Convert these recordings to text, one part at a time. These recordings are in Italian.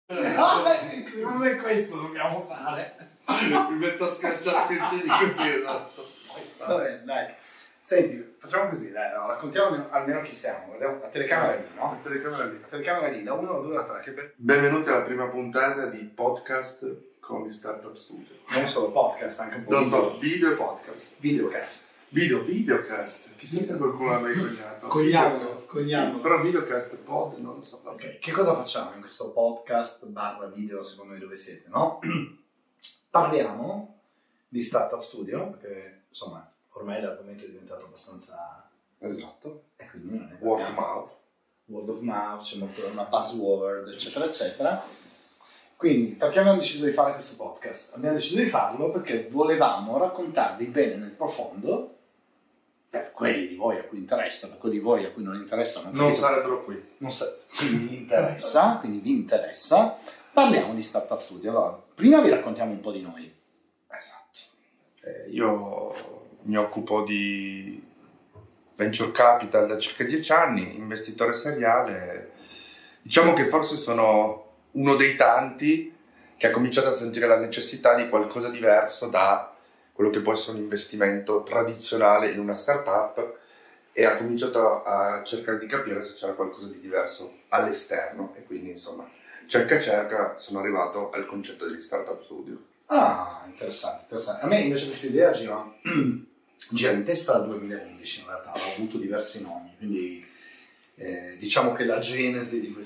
Non è questo che dobbiamo fare. Mi metto a schiacciare i piedi così, esatto. Vabbè, dai. Senti, facciamo così, dai, no, raccontiamo almeno chi siamo. Guardiamo la telecamera lì, no? La telecamera lì. La telecamera lì, da 1, 2, 3, che bello. Benvenuti alla prima puntata di podcast con gli Startup Studio. Non solo podcast, anche un po' Non di so, video e podcast. videocast. Videocast. Chissà se qualcuno l'ha mai coniato. Cogliamo. Però videocast pod non lo so. Ok, che cosa facciamo in questo podcast barra video, secondo voi dove siete, no? Parliamo di Startup Studio, perché insomma ormai l'argomento è diventato abbastanza... Esatto. E quindi non è Word of mouth, c'è molto una buzzword, eccetera, eccetera. Quindi, perché abbiamo deciso di fare questo podcast? Abbiamo deciso di farlo perché volevamo raccontarvi bene nel profondo, per quelli di voi a cui interessa, per quelli di voi a cui non interessa, non sarebbero qui. Quindi vi interessa, parliamo di Startup Studio. Allora, prima vi raccontiamo un po' di noi. Esatto. Io mi occupo di venture capital da circa 10 anni, investitore seriale. Diciamo che forse sono uno dei tanti che ha cominciato a sentire la necessità di qualcosa diverso da quello che può essere un investimento tradizionale in una startup e ha cominciato a cercare di capire se c'era qualcosa di diverso all'esterno e quindi insomma cerca sono arrivato al concetto degli Startup Studio. Ah, interessante. A me invece questa idea gira in testa dal 2011 in realtà, ho avuto diversi nomi, quindi diciamo che la genesi di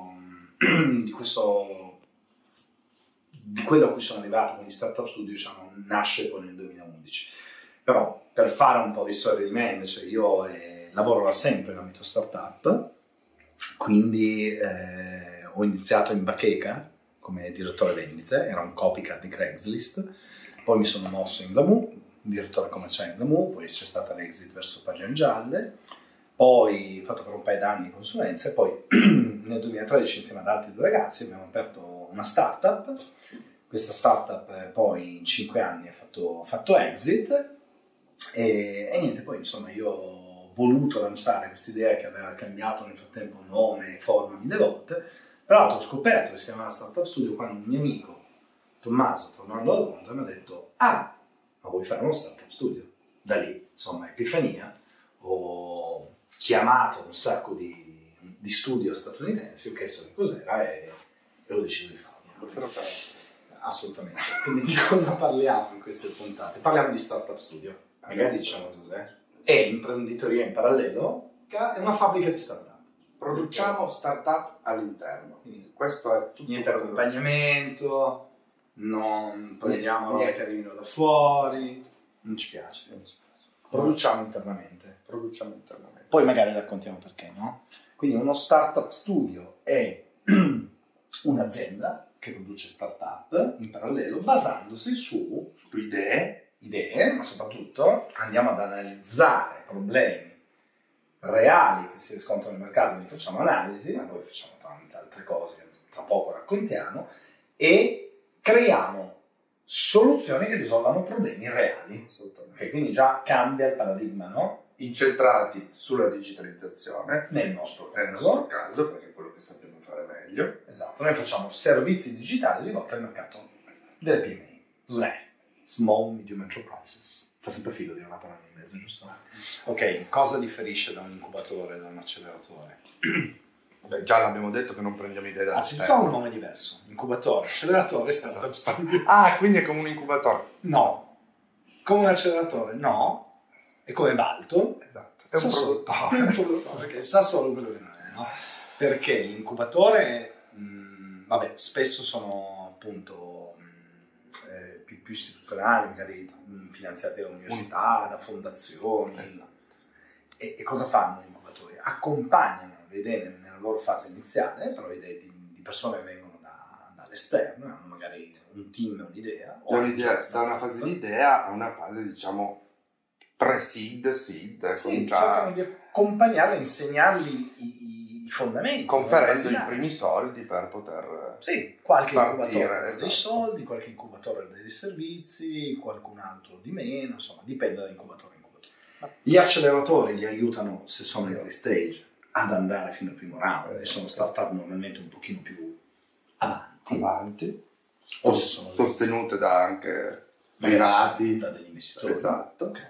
quello a cui sono arrivato con gli Startup Studio, diciamo, nasce poi nel 2011. Però per fare un po' di storia di me, invece io lavoro da sempre in ambito startup, quindi ho iniziato in Bacheca come direttore vendite, era un copycat di Craigslist, poi mi sono mosso in Glamour, direttore commerciale in Glamour, poi c'è stata l'exit verso Pagine Gialle, poi ho fatto per un paio d'anni consulenza e poi nel 2013 insieme ad altri 2 ragazzi abbiamo aperto una startup. Questa startup poi in 5 anni ha fatto exit e niente, poi insomma io ho voluto lanciare questa idea che aveva cambiato nel frattempo nome e forma 1000 volte. Tra l'altro ho scoperto che si chiamava Startup Studio quando un mio amico Tommaso, tornando a Londra, mi ha detto: ah, ma vuoi fare uno Startup Studio? Da lì, insomma, epifania, ho chiamato un sacco di studio statunitensi, ho chiesto che cos'era e ho deciso di farlo. Assolutamente. Quindi di cosa parliamo in queste puntate? Parliamo di Startup Studio, magari diciamo cos'è. È imprenditoria in parallelo, che è una fabbrica di startup. Produciamo startup all'interno. Quindi questo è tutto. niente accompagnamento, non prendiamo robe che arrivino da fuori, non ci piace. Produciamo internamente. Poi magari raccontiamo perché, no? Quindi uno Startup Studio è un'azienda che produce startup in parallelo basandosi su idee, ma soprattutto andiamo ad analizzare problemi reali che si riscontrano nel mercato, quindi facciamo analisi, ma poi facciamo tante altre cose che tra poco raccontiamo, e creiamo soluzioni che risolvano problemi reali. Okay, quindi già cambia il paradigma, no? Incentrati sulla digitalizzazione Nel nostro caso, perché è quello che sappiamo fare meglio. Esatto, noi facciamo servizi digitali rivolti al mercato delle PMI, Small Medium Enterprises. Fa sempre figo dire una parola in inglese, giusto? Ok, cosa differisce da un incubatore, da un acceleratore? Beh, già l'abbiamo detto che non prendiamo idee da Anzitutto ha un nome diverso: incubatore, acceleratore, startup studio. Ah, quindi è come un incubatore? No, come un acceleratore no, è come Balto. Esatto, è un produttore che sa solo quello che non è, no? Perché l'incubatore, spesso sono appunto più istituzionali, magari finanziati dall'università, da fondazioni. Esatto. E cosa fanno gli incubatori? Accompagnano le idee nella loro fase iniziale, però le idee di persone che vengono dall'esterno, hanno magari un team e un'idea. Da una fase di idea a una fase, diciamo, pre-seed, seed. Sì, cercano di accompagnarli, insegnargli i fondamenti. Conferendo i primi soldi per poter qualche partire, incubatore esatto. dei soldi, qualche incubatore dei servizi, qualcun altro di meno, insomma, dipende da incubatore a incubatore. Gli acceleratori li aiutano, se sono in early stage, ad andare fino al primo round e sono startup normalmente un pochino più avanti. avanti, o se sono sostenute da anche privati, da degli investitori. Esatto. Ok.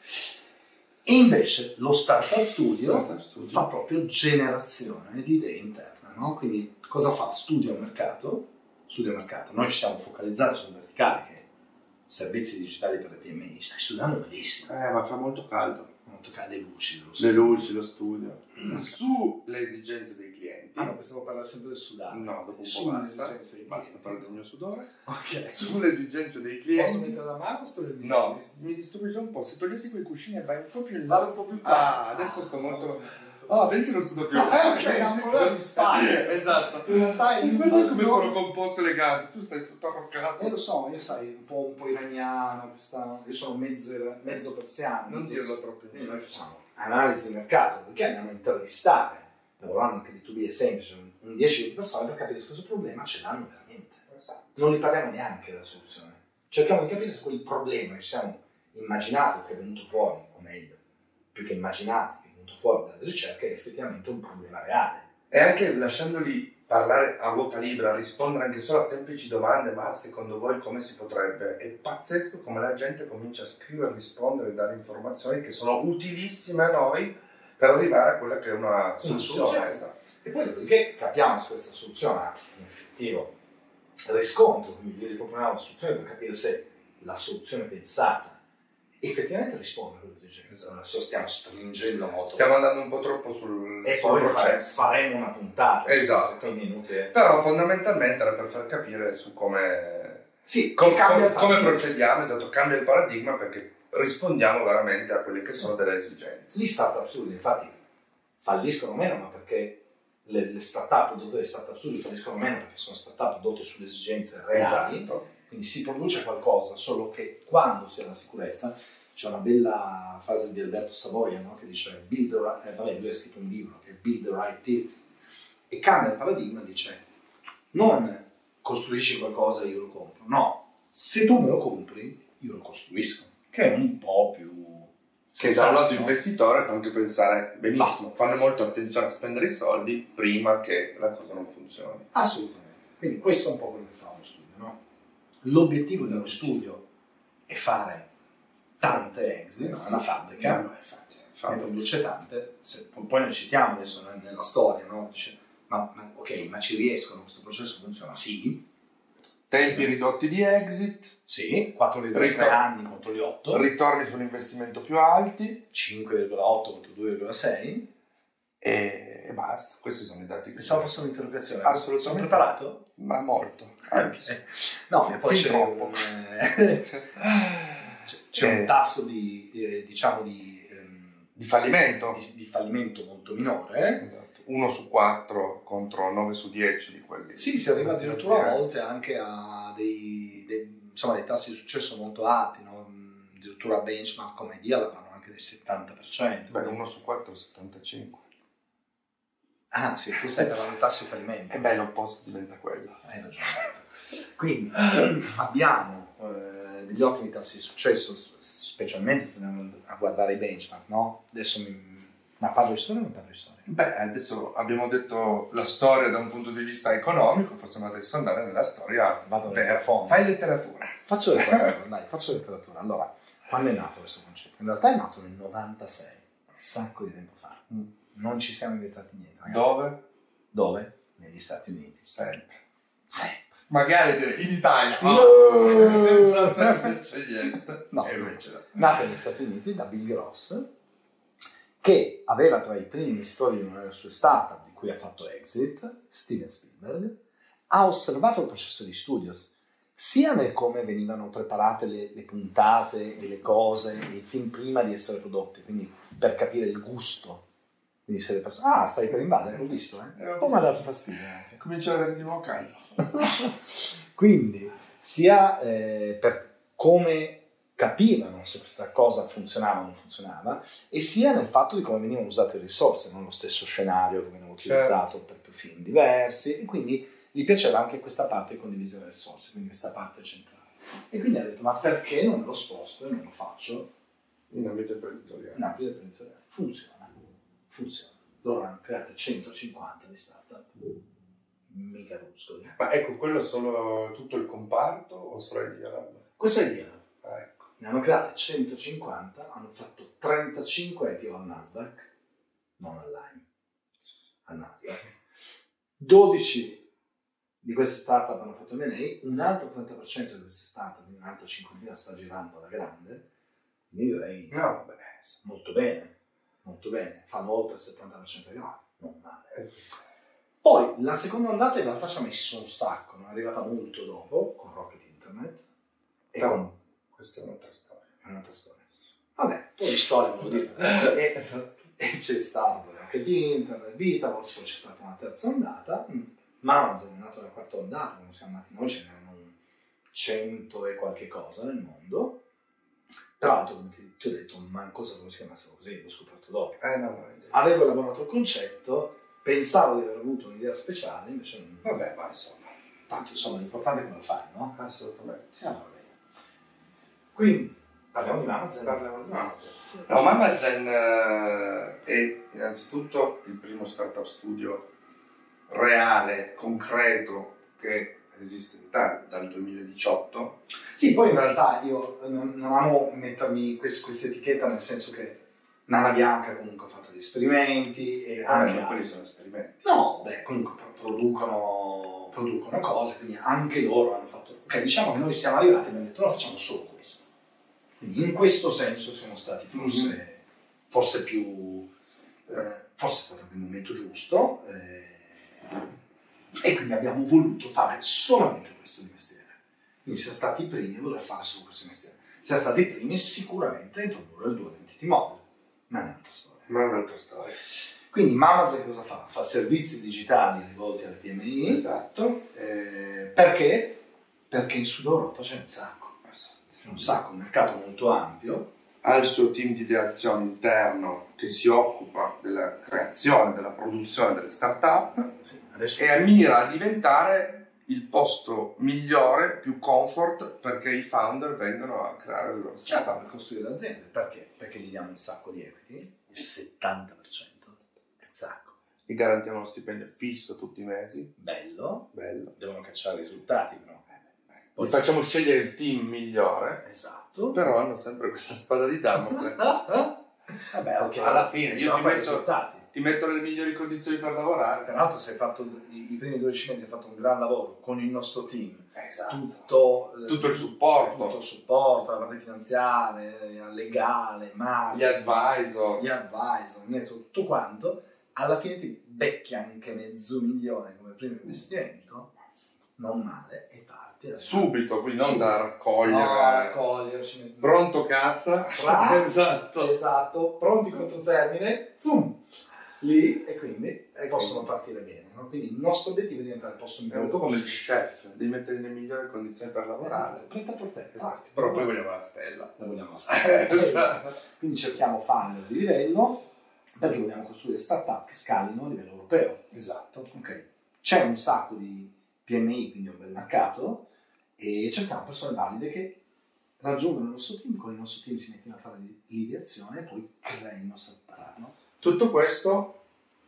E invece lo Startup Studio fa proprio generazione di idee interne, no? Quindi cosa fa? Studia mercato. Noi ci siamo focalizzati sul verticale, che è servizi digitali per le PMI. Stai studiando malissimo. Ma fa molto caldo. Le luci, lo studio. Sulle esigenze dei clienti. No, pensavo parlare sempre del sudare. No, dopo un po' Sulle basta. esigenze dei Basta clienti. parlare del mio sudore. Ok. Sulle esigenze dei clienti. Posso mettere la mano o sto nel No, mi disturbi già un po'. Se togliessi quei cuscini e vai un po' più in là. Vado un po' più qua. Adesso sto molto... vedi che non sudo più. Ok, è un problema di spazio. Esatto. In realtà è Guarda come sono composto e elegante. Tu stai tutto arroccato. Lo so, io sai, un po' iraniano, io sono mezzo persiano. Non dirlo troppo. Noi facciamo analisi di mercato, perché andiamo a intervistare, lavorando anche B2B è semplice, un 10-20 persone per capire se questo problema ce l'hanno veramente. Esatto. Non li parliamo neanche della soluzione. Cerchiamo di capire se quel problema che ci siamo immaginati, che è venuto fuori, o meglio, più che immaginati, che è venuto fuori dalle ricerche, è effettivamente un problema reale. E anche lasciandoli parlare a vuota libera, rispondere anche solo a semplici domande, ma secondo voi come si potrebbe? È pazzesco come la gente comincia a scrivere, rispondere e dare informazioni che sono utilissime a noi per arrivare a quella che è una soluzione. Esatto. E poi dopodiché capiamo se questa soluzione ha un effettivo riscontro, quindi gli riproponiamo la soluzione per capire se la soluzione pensata effettivamente risponde a quelle esigenze. Adesso stiamo stringendo molto. Stiamo andando un po' troppo sul poi processo. faremo una puntata. Esatto. Inutile. Però fondamentalmente era per far capire su come come procediamo, esatto, cambia il paradigma perché rispondiamo veramente a quelle che sono delle esigenze. Gli startup studio infatti falliscono meno, ma perché le startup prodotte dai startup studio falliscono meno perché sono startup prodotte sulle esigenze reali. Esatto. Quindi si produce qualcosa, solo che quando si ha la sicurezza, c'è una bella frase di Alberto Savoia, no? Che dice lui ha scritto un libro che è Build the Right It, e cambia il paradigma, dice non costruisci qualcosa e io lo compro, no, se tu me lo compri io lo costruisco, che è un po' più... Che da un lato investitore fa anche pensare benissimo, fanno molto attenzione a spendere i soldi prima che la cosa non funzioni. Assolutamente, quindi questo è un po' quello che fa uno studio, no? L'obiettivo di uno studio è fare tante exit, no? Una fabbrica, ne produce tante, poi ne citiamo adesso nella storia, no? Dice, ma ci riescono, questo processo funziona? Sì. Tempi ridotti di exit. Sì, 4,3 anni contro gli 8. Ritorni sull'investimento più alti. 5,8 contro 2,6. E basta, questi sono i dati. Pensavo fosse un'interrogazione. Assolutamente. Sono preparato? Ma molto. Anzi. No, e poi c'è un tasso di fallimento. Di fallimento molto minore. Esatto. 1 su 4 contro 9 su 10 di quelli. Sì, si arriva addirittura a volte anche a dei tassi di successo molto alti, no? Addirittura benchmark come Dia vanno anche del 70%. Beh, 1 su 4 è 75. Ah sì, tu stai parlando di tassi di fallimento. E beh, l'opposto diventa quello. Hai ragione. Quindi abbiamo degli ottimi tassi di successo, specialmente se andiamo a guardare i benchmark, no? Adesso ma parlo di storia o non parlo di storia? Beh, adesso abbiamo detto la storia da un punto di vista economico, possiamo adesso andare nella storia. Vado a fondo. Fai letteratura. Faccio letteratura. Allora, quando è nato questo concetto? In realtà è nato nel 96, un sacco di tempo fa. Non ci siamo inventati niente, ragazzi. Dove? Negli Stati Uniti. Sempre. Magari dire in Italia. Non c'è niente. No, nato negli Stati Uniti da Bill Gross, che aveva tra i primi investitori in una delle sue startup, di cui ha fatto exit, Steven Spielberg, ha osservato il processo di studio, sia nel come venivano preparate le puntate e le cose, i film prima di essere prodotti, quindi per capire il gusto. Quindi se le persone, stai per invadere, l'ho visto, Poi mi ha dato fastidio. Comincia ad avere di nuovo caldo. Quindi, sia per come capivano se questa cosa funzionava o non funzionava, e sia nel fatto di come venivano usate le risorse, non lo stesso scenario che veniva utilizzato per più film diversi, e quindi gli piaceva anche questa parte di condivisione delle risorse, quindi questa parte centrale. E quindi ha detto, ma perché non me lo sposto e non lo faccio in ambito imprenditoriale? In ambito imprenditoriale. Funziona. Loro hanno creato 150 di startup mica ruscoli. Ma ecco, quello è solo tutto il comparto o solo Idealab? Questo è Idealab. Ecco. Ne hanno create 150, hanno fatto 35 IPO al Nasdaq, non all'AIM, al Nasdaq. 12 di queste startup hanno fatto M&A, un altro 30% di queste startup, un'altra cinquantina sta girando alla grande, quindi direi No, vabbè. molto bene, fanno oltre il 70% di grado, non male. Poi la seconda ondata in realtà ci ha messo un sacco, non è arrivata molto dopo, con Rocket Internet, e Però con... questa è un'altra storia. È un'altra storia. Vabbè, un po' di storia vuol dire. E c'è stato poi Rocket Internet, Vitaworks, poi c'è stata una terza ondata, Amazon è nato nella quarta ondata, quando siamo nati noi ce n'erano 100 e qualche cosa nel mondo. Tra l'altro, come ti ho detto, manco sapevo si chiamassero così, l'ho scoperto dopo. No. Avevo elaborato il concetto, pensavo di aver avuto un'idea speciale, invece non... Vabbè, ma insomma. Tanto insomma l'importante è come lo fai, no? Assolutamente. Allora, bene. Quindi, parliamo di Amazon. Parliamo di Amazon. No, ma Amazon è innanzitutto il primo startup studio reale, concreto, che esiste in Italia dal 2018. Sì, poi in realtà io non amo mettermi questa etichetta, nel senso che Nana Bianca comunque ha fatto gli esperimenti e anche quelli sono esperimenti. No, beh, comunque producono cose, quindi anche loro hanno fatto... Ok, diciamo che noi siamo arrivati e abbiamo detto no, facciamo solo questo. Quindi in questo senso siamo stati forse più... forse è stato anche il momento giusto, e quindi abbiamo voluto fare solamente questo di mestiere. Quindi siamo stati i primi a voler fare solo questo mestiere. Siamo stati i primi sicuramente a introdurre il Dual Entity Model, ma è un'altra storia. Quindi Amazon cosa fa? Fa servizi digitali rivolti alle PMI. Esatto. Perché? Perché in Sud Europa c'è un sacco. C'è un sacco, un mercato molto ampio. Ha il suo team di ideazione interno che si occupa della creazione, della produzione delle start-up, Adesso e mira a diventare il posto migliore, più comfort, perché i founder vengono a creare le loro certo, start-up. per costruire l'azienda. Perché? Perché gli diamo un sacco di equity, il 70%. È un sacco. Gli garantiamo uno stipendio fisso tutti i mesi. Bello. Bello. Devono cacciare risultati però. Poi facciamo scegliere il team migliore. Esatto. Però hanno sempre questa spada di Damocle. Vabbè, ok. Alla fine io ti metto nelle migliori condizioni per lavorare. Tra l'altro sei fatto i primi 12 mesi, hai fatto un gran lavoro con il nostro team. Esatto. Tutto il supporto. Tutto il supporto, la parte finanziaria, legale, gli advisor, tutto quanto. Alla fine ti becchi anche $500,000 come primo investimento, non male, e parti. Subito, quindi non da raccogliere. Pronto cassa. Esatto, pronti contro termine, zoom, lì, e quindi possono partire bene. No? Quindi il nostro obiettivo è diventare il posto migliore. È un po' come il chef, devi mettere nelle migliori condizioni per lavorare. Esatto, per te. Esatto. Però poi vogliamo la stella. Esatto. Quindi cerchiamo founder di livello, perché vogliamo costruire startup che scalino a livello europeo. Esatto. Okay. C'è un sacco di PMI, quindi un bel mercato, e cerchiamo persone valide che raggiungono il nostro team, con il nostro team si mettono a fare l'ideazione e poi creino startup. No? Tutto questo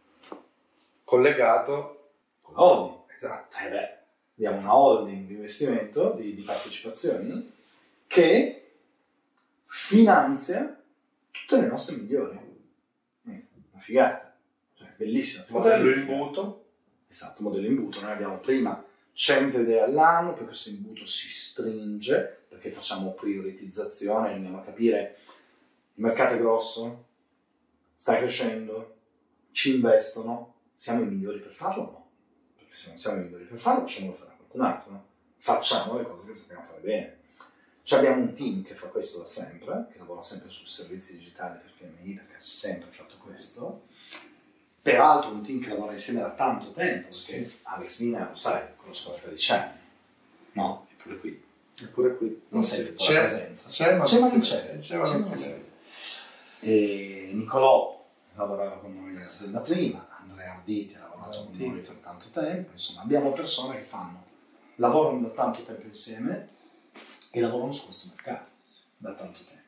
collegato con la holding. Esatto. Abbiamo una holding di investimento, di partecipazioni, che finanzia tutte le nostre migliori. Una figata, cioè, bellissima. Modello imbuto. Esatto, modello imbuto. Noi abbiamo prima 100 idee all'anno, poi questo imbuto si stringe perché facciamo prioritizzazione, andiamo a capire il mercato è grosso, sta crescendo, ci investono, siamo i migliori per farlo o no? Perché se non siamo i migliori per farlo, lasciamolo fare a qualcun altro, no? Facciamo le cose che sappiamo fare bene. Abbiamo un team che fa questo da sempre, che lavora sempre su servizi digitali per PMI, perché ha sempre fatto questo. Peraltro un team che lavora insieme da tanto tempo, perché Alex Mina, lo sai, conosco da 13 anni. No, eppure qui. Non sente la presenza. C'è, ma non c'è. E Nicolò lavorava con noi nell'azienda prima, Andrea Arditi ha lavorato con noi per tanto tempo. Insomma, abbiamo persone che lavorano da tanto tempo insieme e lavorano su questo mercato da tanto tempo.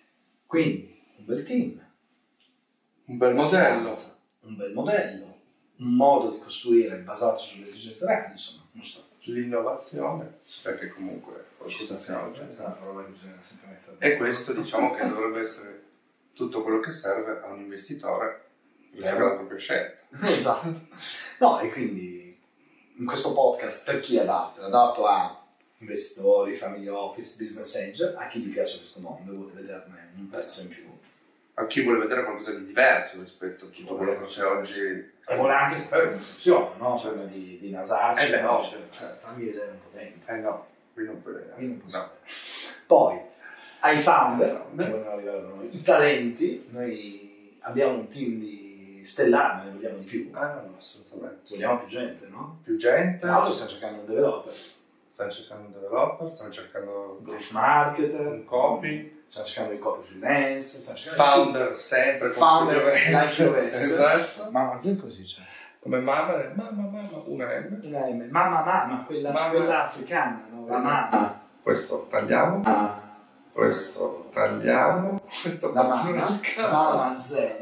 Quindi un bel team, un bel modello, un modo di costruire basato sulle esigenze reali, insomma, uno startup. L'innovazione, perché comunque Ci sta sempre, è una parola che bisogna sempre mettere. e questo diciamo che dovrebbe essere tutto quello che serve a un investitore per fare la propria scelta. Esatto. No, e quindi in questo podcast per chi è adatto? È adatto a investitori, family office, business angel, a chi gli piace questo mondo e vuole vederne un pezzo in più. A chi vuole vedere qualcosa di diverso rispetto a tutto quello che c'è oggi. E vuole anche sapere come funziona, no? Prima di nasarci. No, fammi vedere un po' dentro. No, qui non puoi vedere. Qui non posso No. vedere. Poi, ai founder, che vogliono arrivare da noi, i talenti, noi abbiamo un team di stellari, ma ne vogliamo di più. No, assolutamente. Vogliamo più gente, no? Più gente, Tra l'altro stiamo cercando un developer, stanno cercando un developer, stanno cercando un growth marketer, un copy, stiamo cercando i copy freelance, stiamo cercando founder sempre come Founder, se like dovesse. dovesse. Esatto. Mamma Zen così c'è. Come mamma, una M. Una M. Mamma, quella, Mamma. quella africana, no? La mamma. Questo tagliamo, questo tagliamo, questo La facciamo mamma. il cazzo. Mamma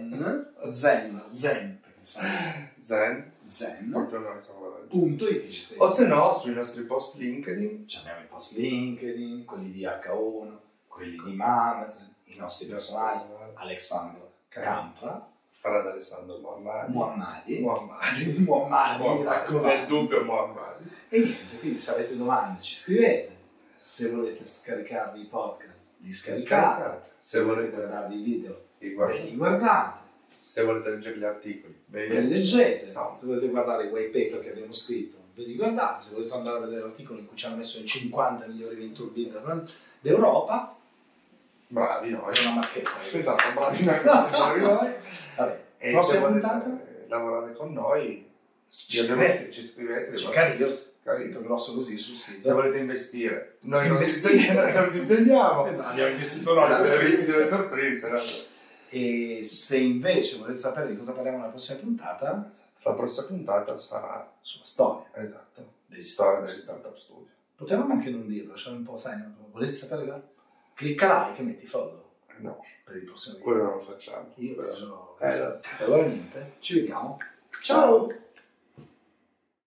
Zen, perché sai, Zen, proprio noi siamo veramente. Zen.it ci sei. O se no, sui nostri post LinkedIn, Abbiamo i post LinkedIn, quelli di H1, quelli di Mamazon, i nostri personali, Alexandro Campra, farà da Alessandro Muhammadi, Muhammadi, mi raccomando. nel dubbio Muhammadi. E niente, quindi se avete domande ci scrivete, se volete scaricarvi i podcast li scaricate, se volete guardarvi i video ve li guardate, Se volete leggere gli articoli, ve li leggete, Esatto. se volete guardare i white paper che abbiamo scritto ve li guardate, se volete andare a vedere l'articolo in cui ci hanno messo in 50 migliori venture builder d'Europa, bravi noi. è una marchetta. Esatto, bravi noi. Vabbè, E prossima se puntata? volete lavorare con noi, Ci scrivete. ci scrivete. C'è Careers, scritto grosso così sul Se sito. volete investire, noi non Investire. disdegniamo. Esatto, abbiamo investito Abbiamo noi. investito le sorprese. No? E se invece volete sapere di cosa parliamo nella prossima puntata, La prossima puntata sarà sulla storia degli storia degli startup studio. Potevamo anche non dirlo, lasciare un po', sai, no? Volete sapere? Clicca like e metti follow No, per il prossimo video. quello non lo facciamo. Io Quello- ti giuro. Esatto. Allora niente, ci vediamo. Ciao!